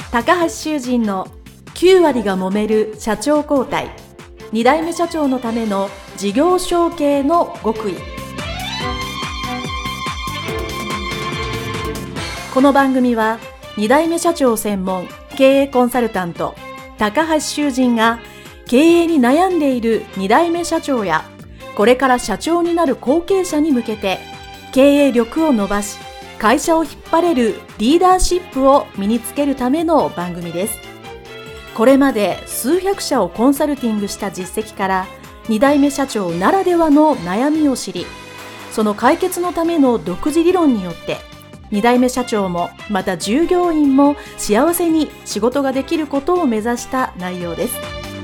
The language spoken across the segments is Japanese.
高橋修人の9割が揉める社長交代、2代目社長のための事業承継の極意。この番組は2代目社長専門経営コンサルタント高橋修人が経営に悩んでいる2代目社長やこれから社長になる後継者に向けて経営力を伸ばし会社を引っ張れるリーダーシップを身につけるための番組です。これまで数百社をコンサルティングした実績から2代目社長ならではの悩みを知り、その解決のための独自理論によって2代目社長もまた従業員も幸せに仕事ができることを目指した内容です。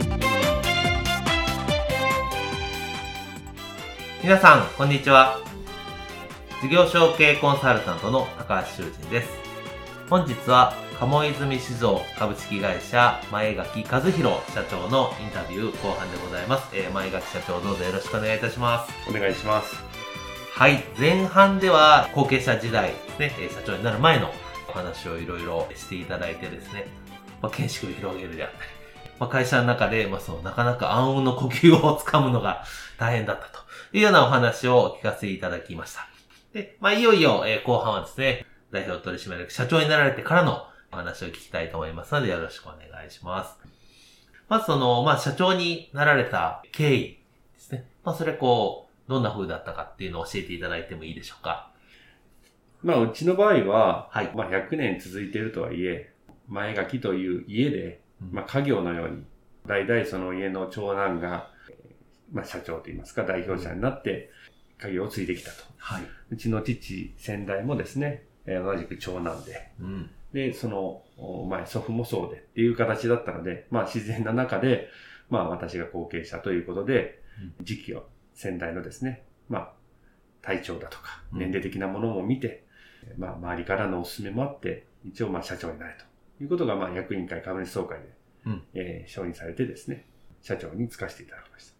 皆さんこんにちは。事業承継コンサルタントの高橋修人です。本日は鴨泉酒造株式会社前垣和弘社長のインタビュー後半でございます。前垣社長どうぞよろしくお願いいたします。 お願いします。 はい、前半では後継者時代ですね、社長になる前のお話をいろいろしていただいてですね、見識を広げるであったり、会社の中で、なかなか暗雲の呼吸をつかむのが大変だったというようなお話をお聞かせいただきました。で、いよいよ、後半はですね、代表取締役社長になられてからのお話を聞きたいと思いますのでよろしくお願いします。まず社長になられた経緯ですね。それどんな風だったかっていうのを教えていただいてもいいでしょうか。 うちの場合は、はい、100年続いているとはいえ、前垣という家で、家業のように、代々その家の長男が、社長といいますか代表者になって家業を継いできたと。はい。うちの父、先代もですね、同じく長男で、で、その前祖父もそうでっていう形だったので、自然な中で、私が後継者ということで、時期を先代のですね、体調だとか、年齢的なものも見て、周りからのお勧めもあって、一応社長になるということが、役員会株主総会で、承認されてですね、社長に就かせていただきました。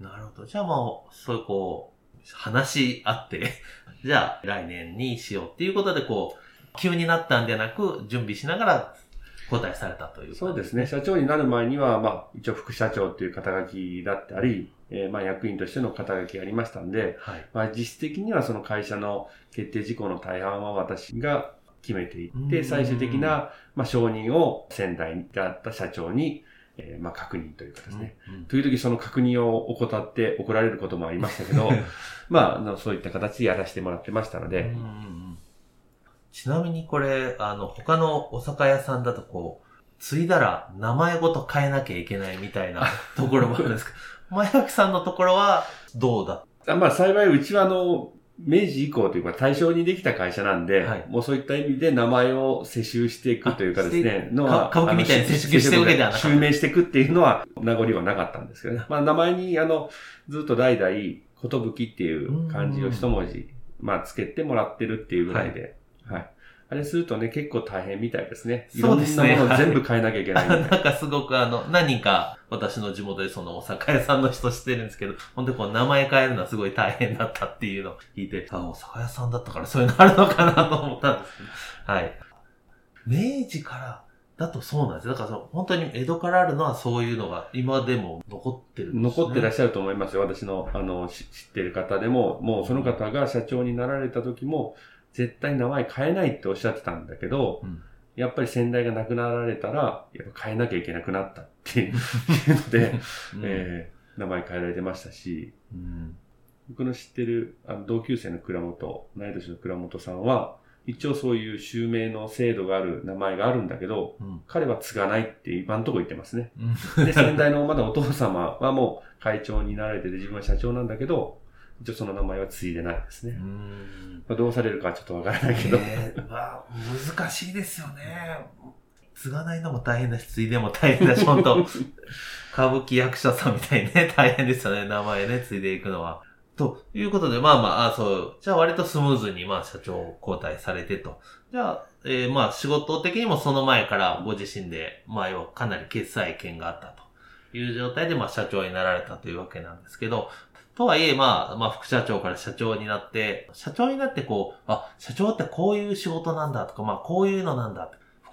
なるほど。じゃあそういう話し合って、じゃあ来年にしようっていうことで急になったんじゃなく、準備しながら交代されたという、 そうですね。社長になる前には、一応副社長という肩書きだったり、役員としての肩書きがありましたんで、はい、実質的にはその会社の決定事項の大半は私が決めていって、最終的な、承認を先代であった社長に、確認というかですね。時々その確認を怠って怒られることもありましたけど、そういった形でやらせてもらってましたので。 ちなみにこれ、他のお酒屋さんだと継いだら名前ごと変えなきゃいけないみたいなところもあるんですか。前垣さんのところはどうだ？ 幸いうちは明治以降というか大正にできた会社なんで、はい、もうそういった意味で名前を世襲していくというかですね、 歌舞伎みたいに世襲していくわけではなかった。 襲名していくっていうのは名残はなかったんですけどね。名前にずっと代々、寿っていう漢字を一文字、つけてもらってるっていうぐらいで、はい。あれするとね、結構大変みたいですね。いろんなものを全部変えなきゃいけないみたいな。 なんかすごく何人か私の地元でお酒屋さんの人知ってるんですけど、本当に名前変えるのはすごい大変だったっていうのを聞いて、お酒屋さんだったからそういうのあるのかなと思ったんですけど。はい。明治からだとそうなんです。だから本当に江戸からあるのはそういうのが今でも残ってるんですね。 残ってらっしゃると思いますよ。私の知ってる方でも、もうその方が社長になられた時も、絶対名前変えないっておっしゃってたんだけど、やっぱり先代が亡くなられたら、やっぱ変えなきゃいけなくなったっていうので、名前変えられてましたし、僕の知ってる同級生の同い年の倉本さんは、一応そういう襲名の制度がある名前があるんだけど、彼は継がないって今のところ言ってますね。で、先代のまだお父様はもう会長になられてて自分は社長なんだけど、一応その名前は継いでないですね。どうされるかはちょっとわからないけど。 難しいですよね。継がないのも大変だし、継いでも大変だし、本当歌舞伎役者さんみたいにね、大変ですよね、名前ね、継いでいくのは。ということで、そう。じゃあ割とスムーズに、社長交代されてと。じゃあ、仕事的にもその前からご自身で、かなり決裁権があったという状態で、社長になられたというわけなんですけど、とはいえ、副社長から社長になって、社長って社長ってこういう仕事なんだとか、こういうのなんだ。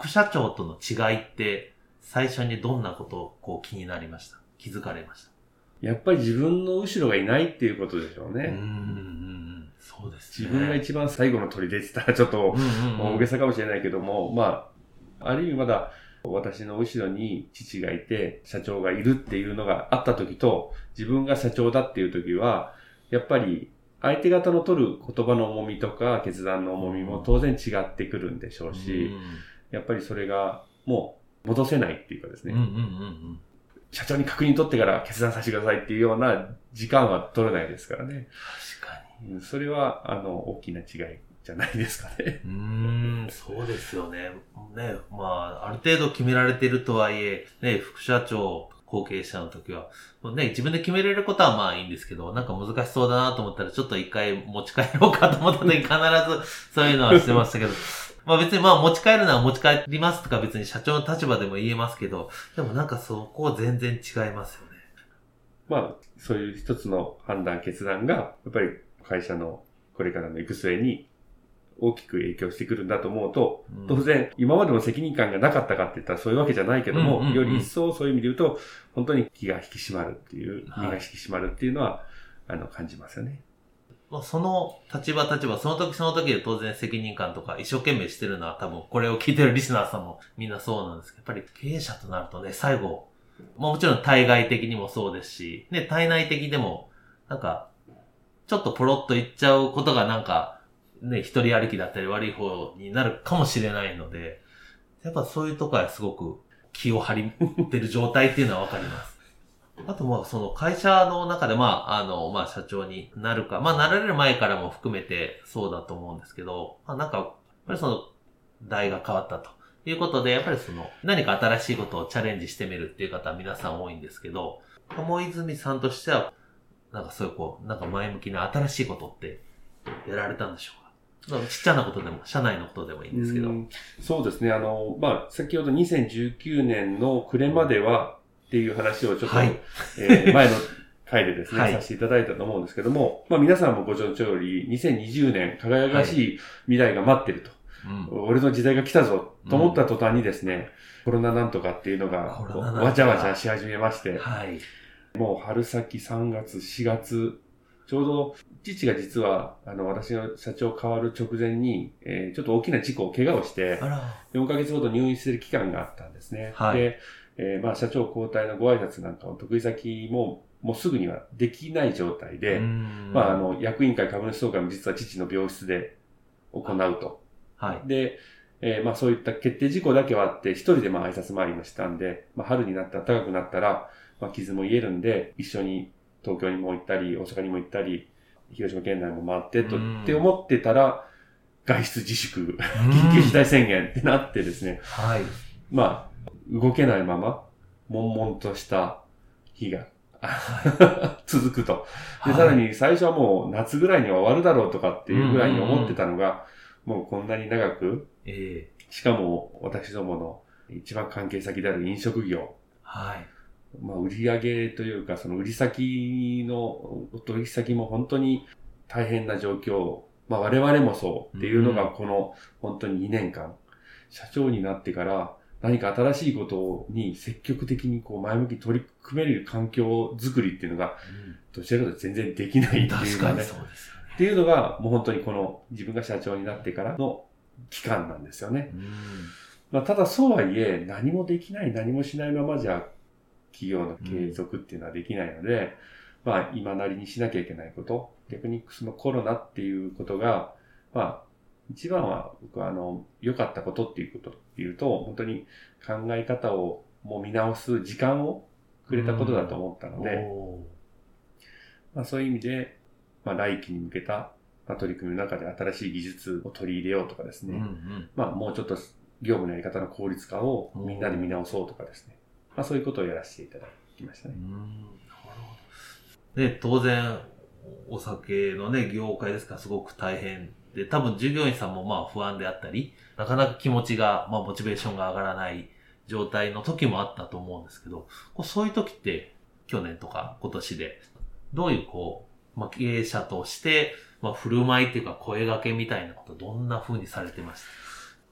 副社長との違いって、最初にどんなことをこう気になりました？気づかれました？ やっぱり自分の後ろがいないっていうことでしょうね。 そうですね。 自分が一番最後の砦って言ったらちょっと大げさかもしれないけども、まあ、ある意味まだ私の後ろに父がいて社長がいるっていうのがあった時と、自分が社長だっていう時は、やっぱり相手方の取る言葉の重みとか決断の重みも当然違ってくるんでしょうし、やっぱりそれがもう戻せないっていうかですね。社長に確認取ってから決断させてくださいっていうような時間は取れないですからね。 確かに。 それは、大きな違いじゃないですかね。 そうですよね。ね、まあ、ある程度決められているとはいえ、ね、副社長、後継者の時は、ね、自分で決めれることはまあいいんですけど、なんか難しそうだなと思ったら、ちょっと一回持ち帰ろうかと思った時必ずそういうのはしてましたけど、まあ別にまあ持ち帰るのは持ち帰りますとか別に社長の立場でも言えますけど、でもなんかそこは全然違いますよね。 まあ、そういう一つの判断、決断が、やっぱり会社のこれからの行く末に大きく影響してくるんだと思うと、当然、今までの責任感がなかったかって言ったらそういうわけじゃないけども、より一層そういう意味で言うと、本当に気が引き締まるっていう、身が引き締まるっていうのは、感じますよね。 その立場、その時その時で当然責任感とか一生懸命してるのは多分これを聞いてるリスナーさんもみんなそうなんですけど、やっぱり経営者となるとね、最後、もちろん対外的にもそうですし、ね、対内的でも、なんか、ちょっとポロッと言っちゃうことがなんか、ね、一人歩きだったり悪い方になるかもしれないので、やっぱそういうとこはすごく気を張ってる状態っていうのはわかります。あとまあその会社の中でまあ社長になるか、まあなられる前からも含めてそうだと思うんですけど、まあなんか、やっぱりその代が変わったということで、やっぱりその何か新しいことをチャレンジしてみるっていう方は皆さん多いんですけど、友泉さんとしては、なんかそういうこう、なんか前向きな新しいことってやられたんでしょうか？ちっちゃなことでも、社内のことでもいいんですけど。 そうですね。まあ、先ほど2019年の暮れまではっていう話をちょっと、前の回でですね、させていただいたと思うんですけども、まあ皆さんもご存知の通り、2020年輝かしい未来が待ってると。俺の時代が来たぞと思った途端にですね、コロナなんとかっていうのがわちゃわちゃし始めまして、もう春先3月、4月、ちょうど父が実は私の社長変わる直前に、ちょっと大きな事故、怪我をして、4ヶ月ほど入院してる期間があったんですね。で、まあ社長交代のご挨拶なんかを得意先もうすぐにはできない状態で、まあ役員会株主総会も実は父の病室で行うと。で、まあそういった決定事項だけはあって、一人でまあ挨拶回りもしたんで、まあ春になったら高くなったら、まあ傷も癒えるんで、一緒に東京にも行ったり、大阪にも行ったり、広島県内も回ってって思ってたら、外出自粛、緊急事態宣言ってなってですね。まあ、動けないまま、悶々とした日が続くと。で、さらに最初はもう夏ぐらいには終わるだろうとかっていうぐらいに思ってたのが、もうこんなに長く、しかも私どもの一番関係先である飲食業。まあ、売り上げというか、その売り先の取引先も本当に大変な状況。まあ、我々もそうっていうのがこの本当に2年間、社長になってから何か新しいことに積極的にこう前向きに取り組める環境づくりっていうのが、どちらかというと全然できないっていうかね。 確かにそうですよね。 っていうのがもう本当にこの自分が社長になってからの期間なんですよね。まあ、ただそうはいえ何もできない、何もしないままじゃ企業の継続っていうのはできないので、まあ今なりにしなきゃいけないこと、逆にそのコロナっていうことが、まあ一番は僕は良かったことっていうことっていうと、本当に考え方をもう見直す時間をくれたことだと思ったので、まあそういう意味で、まあ来期に向けた取り組みの中で新しい技術を取り入れようとかですね、まあもうちょっと業務のやり方の効率化をみんなで見直そうとかですね、まあそういうことをやらせていただきましたね。 で、当然、お酒のね、業界ですからすごく大変で、多分従業員さんもまあ不安であったり、なかなか気持ちが、まあモチベーションが上がらない状態の時もあったと思うんですけど、そういう時って去年とか今年で、どういうまあ経営者として、まあ振る舞いっていうか声掛けみたいなことどんな風にされてました？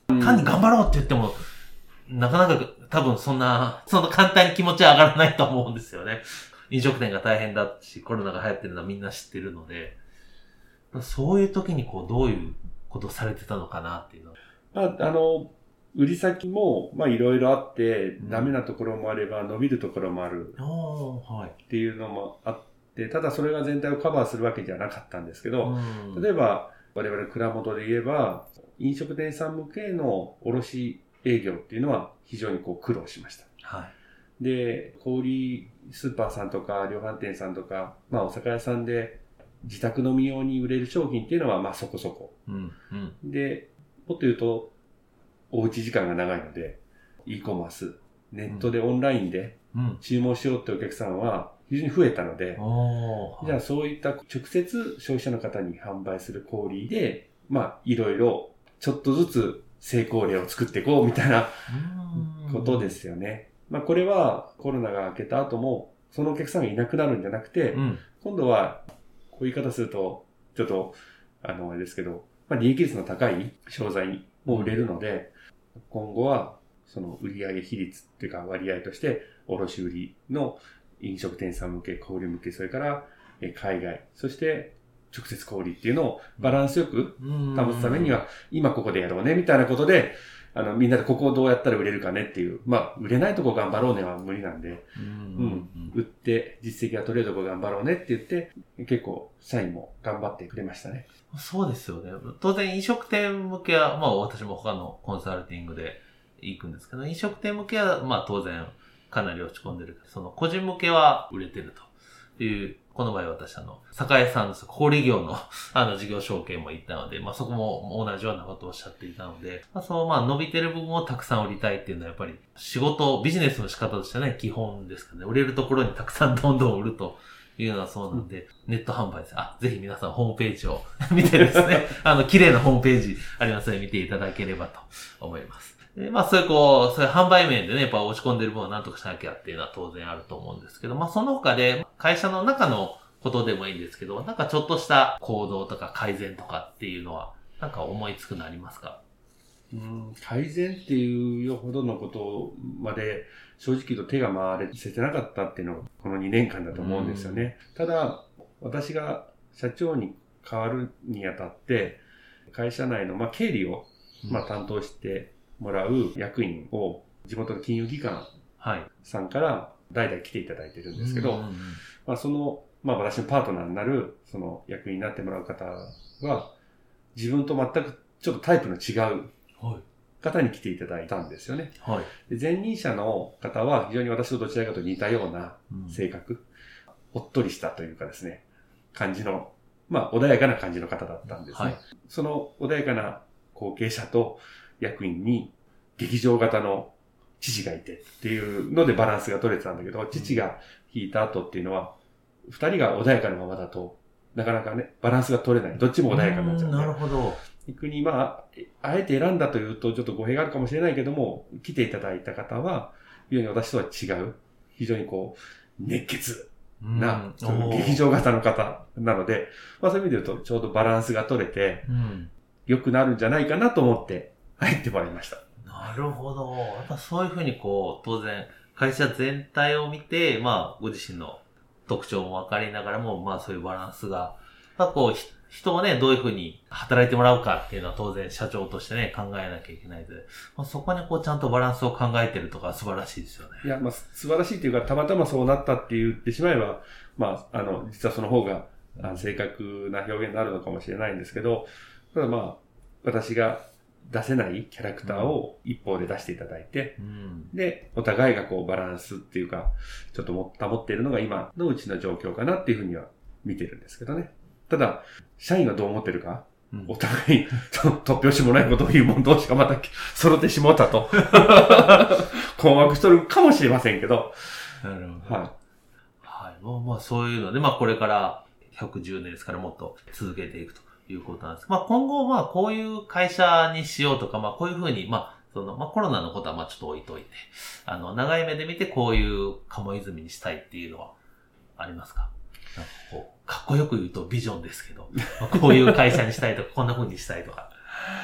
単に頑張ろうって言っても、なかなか多分そんな簡単に気持ちは上がらないと思うんですよね。飲食店が大変だし、コロナが流行ってるのはみんな知ってるので、そういう時にどういうことをされてたのかなっていうのは。 売り先も、いろいろあって、ダメなところもあれば、伸びるところもある。っていうのもあって、ただそれが全体をカバーするわけじゃなかったんですけど、例えば、我々蔵元で言えば、飲食店さん向けの卸営業っていうのは非常に苦労しました。 はい。 で、小売スーパーさんとか量販店さんとか、お酒屋さんで自宅飲み用に売れる商品っていうのはそこそこ。で、もっと言うと、おうち時間が長いので、e コマース、ネットでオンラインで注文しようってお客さんは非常に増えたので、じゃあそういった直接消費者の方に販売する小売で、いろいろちょっとずつ成功例を作っていこうみたいなことですよね。これはコロナが明けた後も、そのお客さんがいなくなるんじゃなくて、今度は、こういう言い方すると、ちょっと、あれですけど、利益率の高い商材も売れるので、今後は、その売上比率っていうか割合として、卸売の飲食店さん向け、小売向け、それから海外、そして直接小売っていうのをバランスよく保つためには、今ここでやろうね、みたいなことで、みんなでここをどうやったら売れるかねっていう、売れないとこ頑張ろうねは無理なんで、売って実績が取れるとこ頑張ろうねって言って、結構社員も頑張ってくれましたね。 そうですよね。当然飲食店向けは、私も他のコンサルティングで行くんですけど、飲食店向けは、当然かなり落ち込んでるけど、その個人向けは売れてるという、この場合私酒屋さんの小売業の事業承継も行ったので、そこも同じようなことをおっしゃっていたので、伸びてる部分をたくさん売りたいっていうのはやっぱりビジネスの仕方としてね、基本ですからね。売れるところにたくさんどんどん売るというのはそうなんで、ネット販売です。ぜひ皆さんホームページを見てですね、綺麗なホームページありますので見ていただければと思います。でそういう販売面でね、やっぱ落ち込んでる分は何とかしなきゃっていうのは当然あると思うんですけど、その他で会社の中のことでもいいんですけど、ちょっとした行動とか改善とかっていうのは、思いつくのありますか？ 改善っていうほどのことまで正直言うと手が回せてなかったっていうのがこの2年間だと思うんですよね。ただ、私が社長に変わるにあたって、会社内の経理を担当してもらう役員を地元の金融機関さんから代々来ていただいてるんですけど、その私のパートナーになるその役員になってもらう方は自分と全くちょっとタイプの違う方に来ていただいたんですよね。で前任者の方は非常に私とどちらかと似たような性格、おっとりしたというかですね、感じの、穏やかな感じの方だったんですね。その穏やかな後継者と役員に劇場型の父がいてっていうのでバランスが取れてたんだけど、父が引いた後っていうのは、二人が穏やかなままだと、なかなかね、バランスが取れない。どっちも穏やかになっちゃう、ね。 なるほど。 逆にあえて選んだというとちょっと語弊があるかもしれないけども、来ていただいた方は、非常に私とは違う、非常に熱血な、劇場型の方なので、そういう意味で言うとちょうどバランスが取れて、良くなるんじゃないかなと思って入ってもらいました。 なるほど。やっぱそういうふうに当然、会社全体を見て、ご自身の特徴も分かりながらも、そういうバランスが、人をね、どういうふうに働いてもらうかっていうのは当然社長としてね、考えなきゃいけないので、そこにちゃんとバランスを考えてるとか素晴らしいですよね。 いや、素晴らしいっていうか、たまたまそうなったって言ってしまえば、実はその方が正確な表現になるのかもしれないんですけど、ただ私が出せないキャラクターを一方で出していただいて、で、お互いがバランスっていうか、ちょっと保っているのが今のうちの状況かなっていうふうには見てるんですけどね。ただ、社員がどう思ってるか、お互い、突拍子もないことを言う者同士がまた揃ってしまったと、困惑しとるかもしれませんけど。 なるほど。そういうので、これから110年ですからもっと続けていくということなんです。今後こういう会社にしようとか、こういうふうに、コロナのことはちょっと置いといて、長い目で見てこういう鴨泉にしたいっていうのはありますか？かっこよく言うとビジョンですけど、こういう会社にしたいとか、こんな風にしたいとか。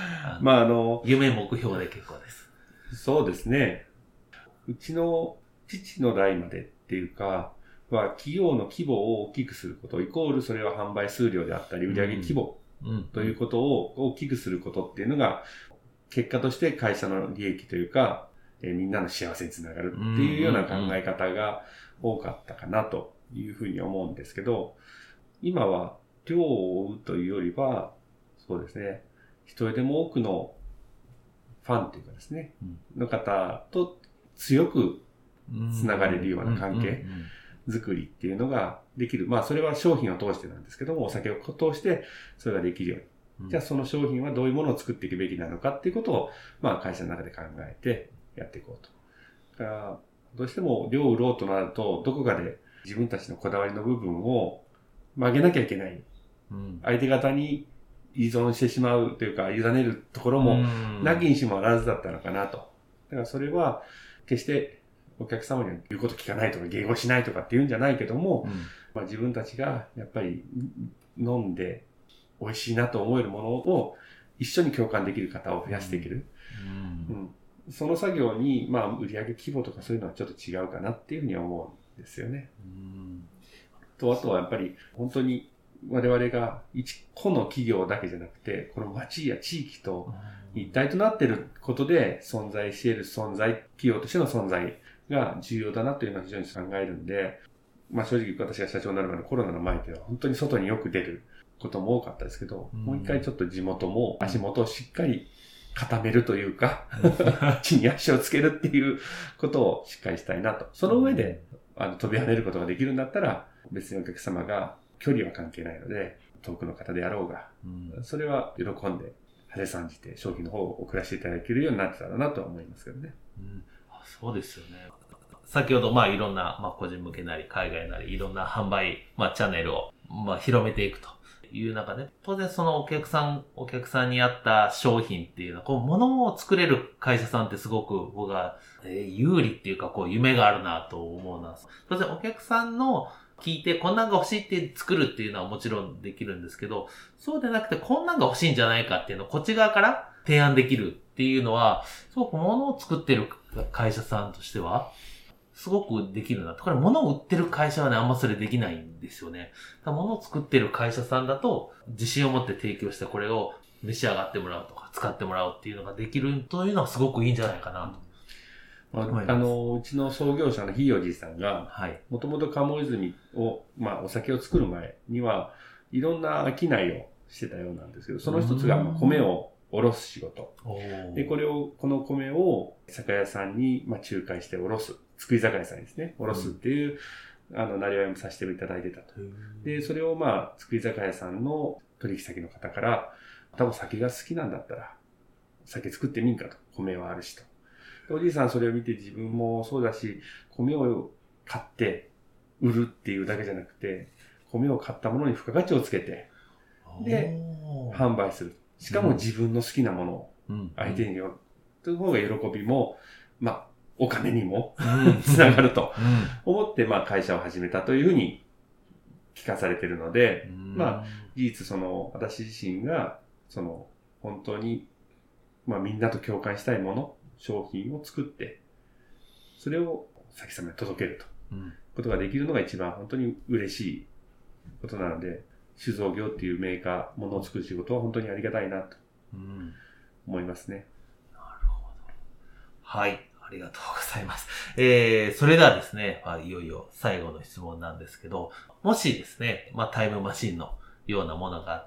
夢目標で結構です。 そうですね。うちの父の代までっていうか、企業の規模を大きくすること、イコールそれは販売数量であったり、売上規模ということを大きくすることっていうのが、結果として会社の利益というか、みんなの幸せにつながるっていうような考え方が多かったかなというふうに思うんですけど、今は量を追うというよりは、そうですね、一人でも多くのファンというかですね、の方と強くつながれるような関係作りっていうのができる。それは商品を通してなんですけども、お酒を通してそれができるように。じゃあその商品はどういうものを作っていくべきなのかっていうことを、会社の中で考えてやっていこうと。だからどうしても量を売ろうとなると、どこかで自分たちのこだわりの部分を曲げなきゃいけない。相手方に依存してしまうというか、委ねるところもなきにしもあらずだったのかなと。だからそれは決してお客様には言うこと聞かないとか迎合しないとかっていうんじゃないけども、自分たちがやっぱり飲んで美味しいなと思えるものを一緒に共感できる方を増やしていける。その作業に、売上規模とかそういうのはちょっと違うかなっていうふうに思うんですよね。あとはやっぱり本当に我々が一個の企業だけじゃなくて、この町や地域と一体となっていることで存在している存在、企業としての存在が重要だなというのは非常に考えるんで、正直私が社長になる前のコロナの前では本当に外によく出ることも多かったですけど、もう一回ちょっと地元も足元をしっかり固めるというか、地に足をつけるっていうことをしっかりしたいなと。その上で飛び跳ねることができるんだったら、別にお客様が距離は関係ないので、遠くの方であろうが、それは喜んで、晴れさんじて商品の方を送らせていただけるようになってたらなとは思いますけどね。 そうですよね。先ほど、いろんな、個人向けなり、海外なり、いろんな販売、チャンネルを、広めていくという中で、当然そのお客さんに合った商品っていうのは、物を作れる会社さんってすごく僕は、有利っていうか、夢があるなと思うな。当然お客さんの聞いて、こんなんが欲しいって作るっていうのはもちろんできるんですけど、そうでなくて、こんなんが欲しいんじゃないかっていうのをこっち側から提案できるっていうのは、すごく物を作ってる会社さんとしては、すごくできるな。これ物を売ってる会社はね、あんまそれできないんですよね。物を作ってる会社さんだと、自信を持って提供してこれを召し上がってもらうとか、使ってもらうっていうのができるというのはすごくいいんじゃないかなと。 うちの創業者のひいおじいさんが、もともと鴨泉を、お酒を作る前には、いろんな商いをしてたようなんですけど、その一つが米をおろす仕事。で、この米を酒屋さんに、仲介しておろす。作り酒屋さんにですね、おろすっていう、なりわいもさせていただいてたと。で、それを作り酒屋さんの取引先の方から、多分酒が好きなんだったら、酒作ってみんかと。米はあるしと。おじいさんそれを見て自分もそうだし、米を買って売るっていうだけじゃなくて、米を買ったものに付加価値をつけて、で、販売する。しかも自分の好きなものを相手にという方が喜びも、お金にもつながると思って、会社を始めたというふうに聞かされているので、事実私自身が、本当に、みんなと共感したいもの、商品を作って、それを先様に届けると。ことができるのが一番本当に嬉しいことなので、酒造業っていうメーカー、ものを作る仕事は本当にありがたいなと思いますね。 なるほど。はい。ありがとうございます。それではですね、いよいよ最後の質問なんですけど、もしですね、タイムマシンのようなものがあって、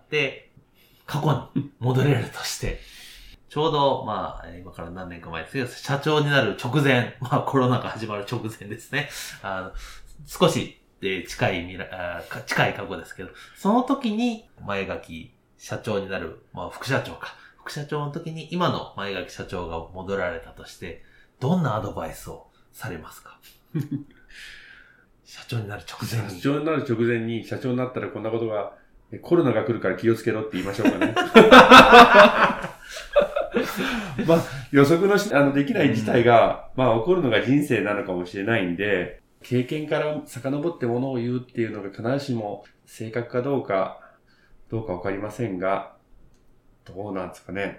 過去に戻れるとして、ちょうど、今から何年か前ですけど、社長になる直前、コロナが始まる直前ですね。少し、近い過去ですけど、その時に前垣社長になる、副社長の時に今の前垣社長が戻られたとして、どんなアドバイスをされますか？社長になる直前に。 社長になる直前に、社長になったらこんなことが、コロナが来るから気をつけろって言いましょうかね。予測のできない事態が、起こるのが人生なのかもしれないんで、経験から遡ってものを言うっていうのが必ずしも正確かどうかわかりませんが、どうなんですかね。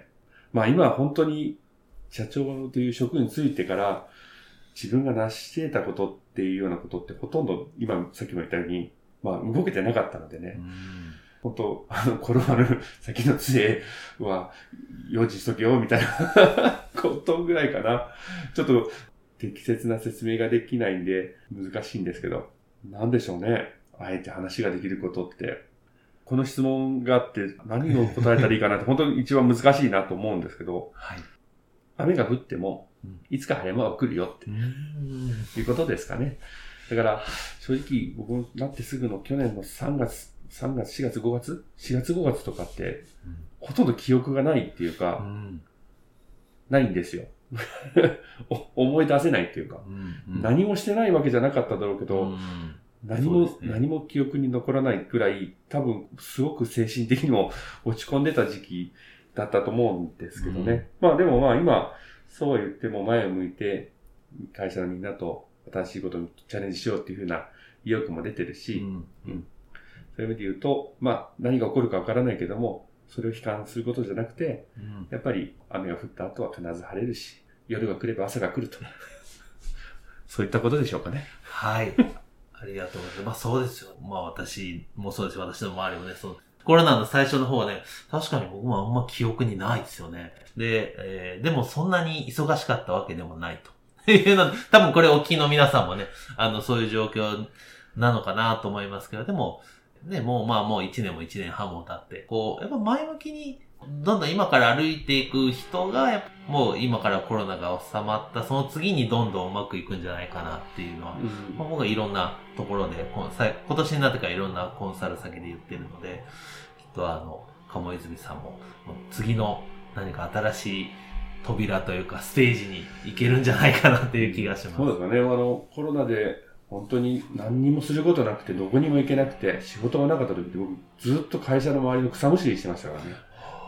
まあ今は本当に社長という職についてから自分が成し得たことっていうようなことってほとんど今さっきも言ったように、まあ動けてなかったのでね。本当、転ばる先の杖は、用心しとけよ、みたいなことぐらいかな。ちょっと、適切な説明ができないんで、難しいんですけど、なんでしょうね。あえて話ができることって。この質問があって、何を答えたらいいかなって、本当に一番難しいなと思うんですけど、 はい、 雨が降っても、いつか晴れ間は来るよって、いうことですかね。だから、正直、僕もなってすぐの去年の3月、4月、5月とかって、ほとんど記憶がないっていうか、ないんですよ。思い出せないっていうか、何もしてないわけじゃなかっただろうけど、何も記憶に残らないくらい、多分、すごく精神的にも落ち込んでた時期だったと思うんですけどね。まあでもまあ今、そうは言っても前を向いて、会社のみんなと新しいことにチャレンジしようっていうふうな意欲も出てるし、そういう意味で言うと、まあ何が起こるかわからないけども、それを悲観することじゃなくて、やっぱり雨が降った後は必ず晴れるし、夜が来れば朝が来ると。そういったことでしょうかね。 はい。ありがとうございます。まあそうですよ。まあ私もそうです。私の周りもね、コロナの最初の方はね、確かに僕もあんま記憶にないですよね。で、でもそんなに忙しかったわけでもないと。いうの多分これお聞きの皆さんもね、そういう状況なのかなと思いますけど、でも、ね、もう1年も1年半も経って、やっぱ前向きに、どんどん今から歩いていく人が、もう今からコロナが収まった、その次にどんどんうまくいくんじゃないかなっていうのは、僕はいろんなところで、今年になってからいろんなコンサル先で言ってるので、きっと鴨泉さんも、次の何か新しい扉というかステージに行けるんじゃないかなっていう気がします。 そうですかね。コロナで本当に何にもすることなくて、どこにも行けなくて、仕事がなかった時って僕ずっと会社の周りの草むしりしてましたからね。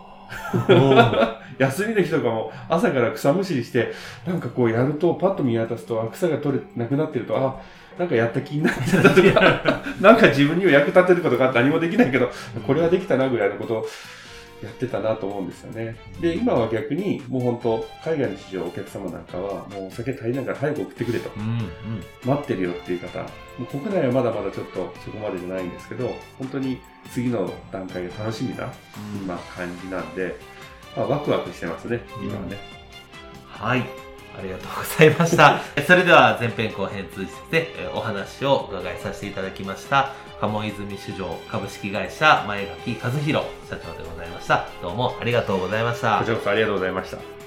休みの日とかも朝から草むしりして、なんかやるとパッと見渡すと草がなくなってると、なんかやった気になってたとか、なんか自分には役立てることが何もできないけど、これはできたなぐらいのことをやってたなと思うんですよね。で、今は逆にもう本当、海外の市場お客様なんかはもうお酒足りないから早く送ってくれと、待ってるよっていう方、もう国内はまだまだちょっとそこまでじゃないんですけど、本当に次の段階が楽しみな今感じなんで、ワクワクしてますね、今はね。 はい。ありがとうございました。それでは前編後編通じてお話をお伺いさせていただきました。鴨泉酒造株式会社前垣和弘社長でございました。どうもありがとうございました。 こちらこそありがとうございました。